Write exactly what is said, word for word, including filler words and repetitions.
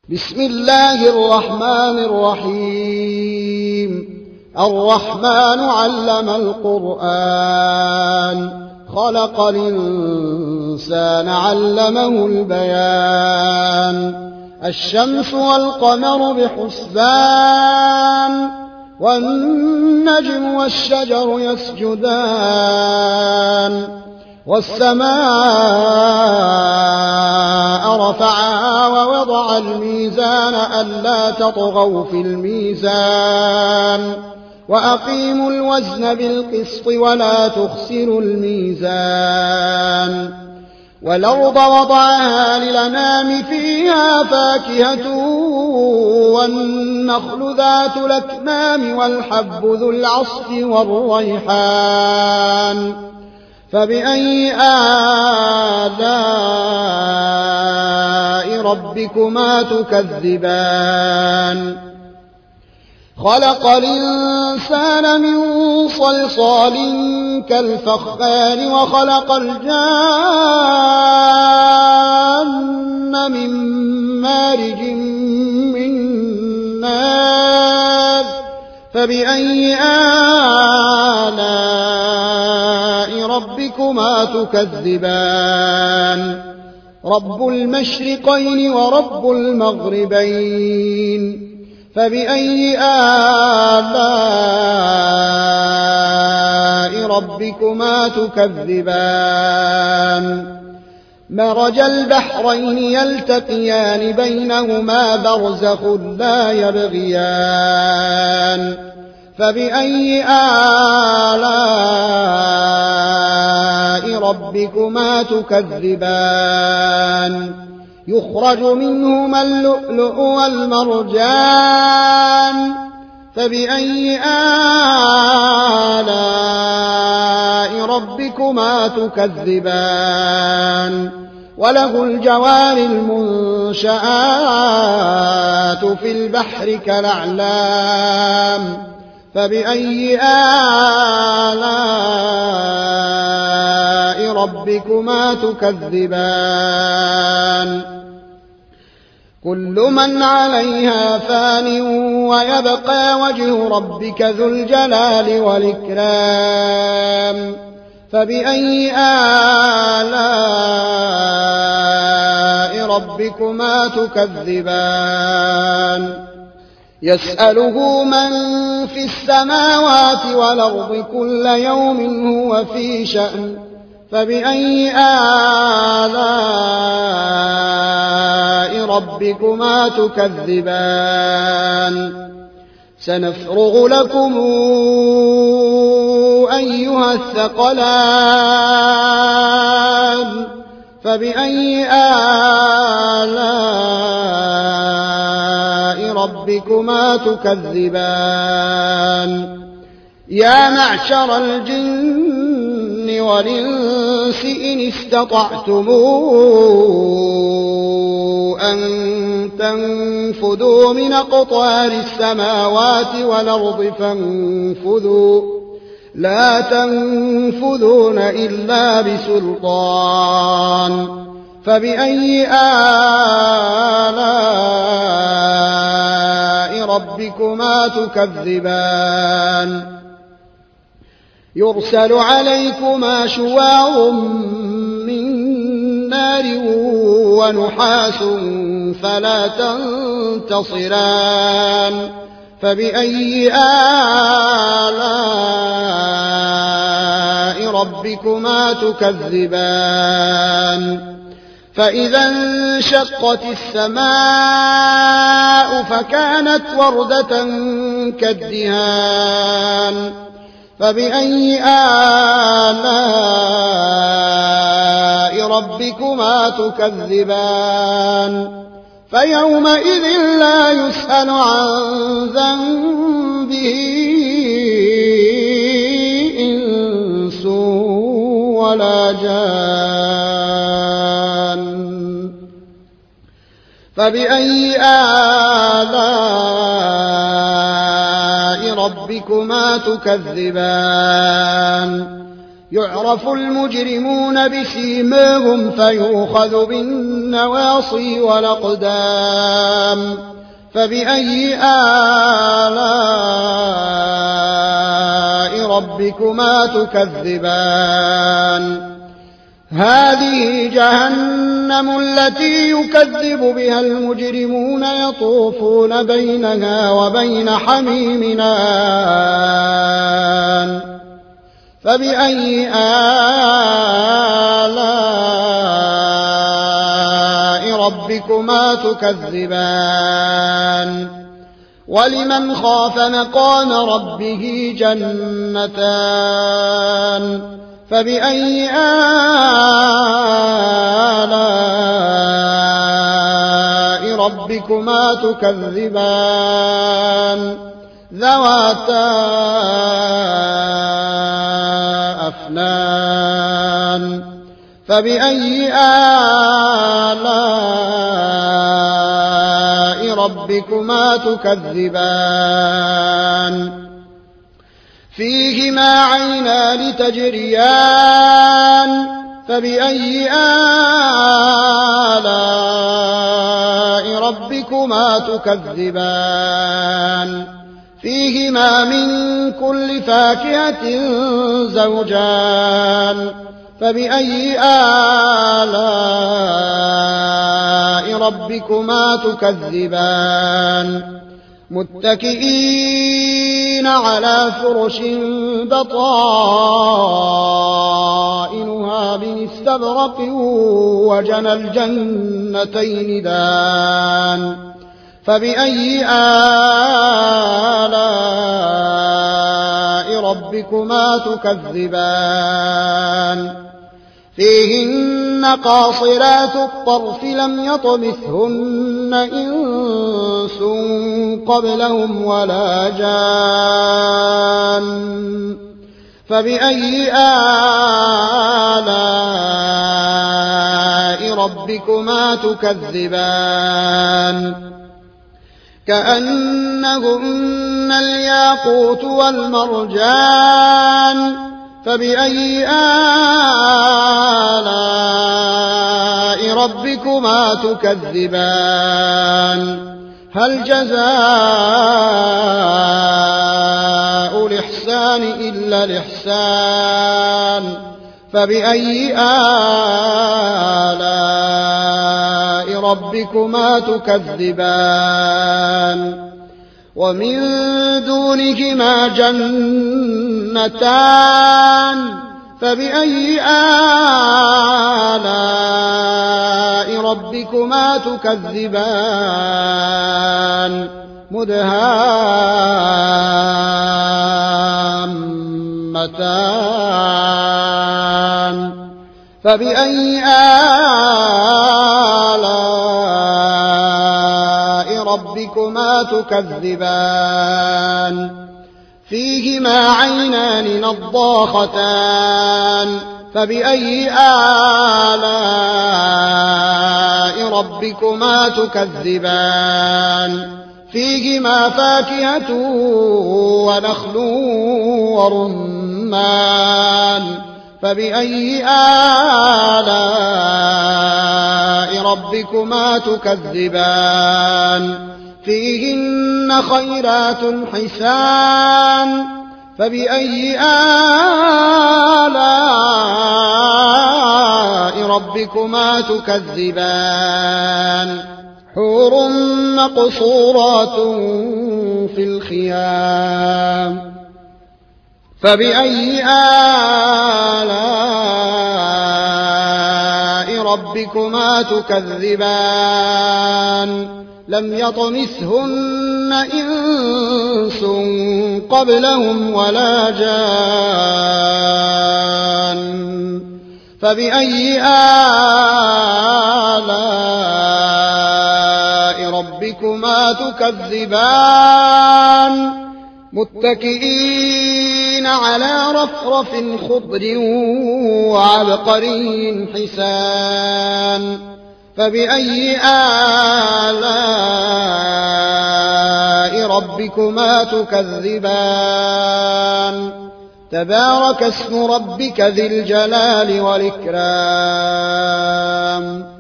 بسم الله الرحمن الرحيم الرحمن علم القرآن خلق الإنسان علمه البيان الشمس والقمر بحسبان والنجم والشجر يسجدان والسماء رفعها ووضع الميزان ألا تطغوا في الميزان وأقيموا الوزن بالقسط ولا تخسروا الميزان والأرض وضعها للأنام فيها فاكهة والنخل ذات الأكمام والحب ذو العصف والريحان فبأي آلاء ربكما تكذبان خلق الإنسان من صلصال كالفخار وخلق الجان من مارج من نار فبأي آلاء ربكما تكذبان رب المشرقين ورب المغربين فبأي آلاء ربكما تكذبان مرج البحرين يلتقيان بينهما برزخ لا يبغيان فبأي آلاء ربكما تكذبان يخرج منهما اللؤلؤ والمرجان فبأي آلاء ربكما تكذبان وله الجوار المنشآت في البحر كالأعلام فبأي آلاء ربكما تكذبان كل من عليها فان ويبقى وجه ربك ذو الجلال والإكرام فبأي آلاء ربكما تكذبان يسأله من في السماوات والأرض كل يوم هو في شأن فبأي آلاء ربكما تكذبان سنفرغ لكم أيها الثقلان فبأي آلاء ربكما تكذبان يا معشر الجن والإنس إن استطعتم أن تنفذوا من أقطار السماوات والأرض فانفذوا لا تنفذون إلا بسلطان فبأي آلاء ربكما تكذبان يرسل عليكما شواظ من نار ونحاس فلا تنتصران فبأي آلاء ربكما تكذبان فإذا انشقت السماء فكانت وردة كالدهان فبأي آلاء ربكما تكذبان فيومئذ لا يسأل عن ذنبه إنس ولا جان فبأي آلاء ربكما تكذبان يعرف المجرمون بسيماهم فيؤخذ بالنواصي والأقدام فبأي آلاء ربكما تكذبان هذه جهنم التي يكذب بها المجرمون يطوفون بينها وبين حميم آن فبأي آلاء ربكما تكذبان ولمن خاف مقام ربه جنتان فبأي آلاء ربكما تكذبان ذواتا أفنان فبأي آلاء ربكما تكذبان فيهما عينان تجريان فبأي آلاء ربكما تكذبان فيهما من كل فاكهة زوجان فبأي آلاء ربكما تكذبان متكئين على فرش بطائنها من استبرق وجنى الجنتين دان فبأي آلاء ربكما تكذبان فيهن قاصرات الطرف لم يطمثهن إنس قبلهم ولا جان فبأي آلاء ربكما تكذبان كأنهن الياقوت والمرجان فبأي آلاء ربكما تكذبان هل جزاء الإحسان إلا الإحسان فبأي آلاء ربكما تكذبان ومن دونهما جنتان فبأي آلاء ربكما تكذبان مدهامتان فبأي آلاء ربكما تكذبان فيهما عينان نضاختان فبأي آلاء ربكما تكذبان فيهما فاكهة ونخل ورمان فبأي آلاء ربكما تكذبان فيهن خيرات حسان فبأي آلاء ربكما تكذبان حور مقصورات في الخيام فبأي آلاء ربكما تكذبان لم يطمثهن إنس قبلهم ولا جان فبأي آلاء ربكما تكذبان متكئين على رفرف خضر وعبقري حسان فبأي آلاء ربكما تكذبان تبارك اسم ربك ذي الجلال والإكرام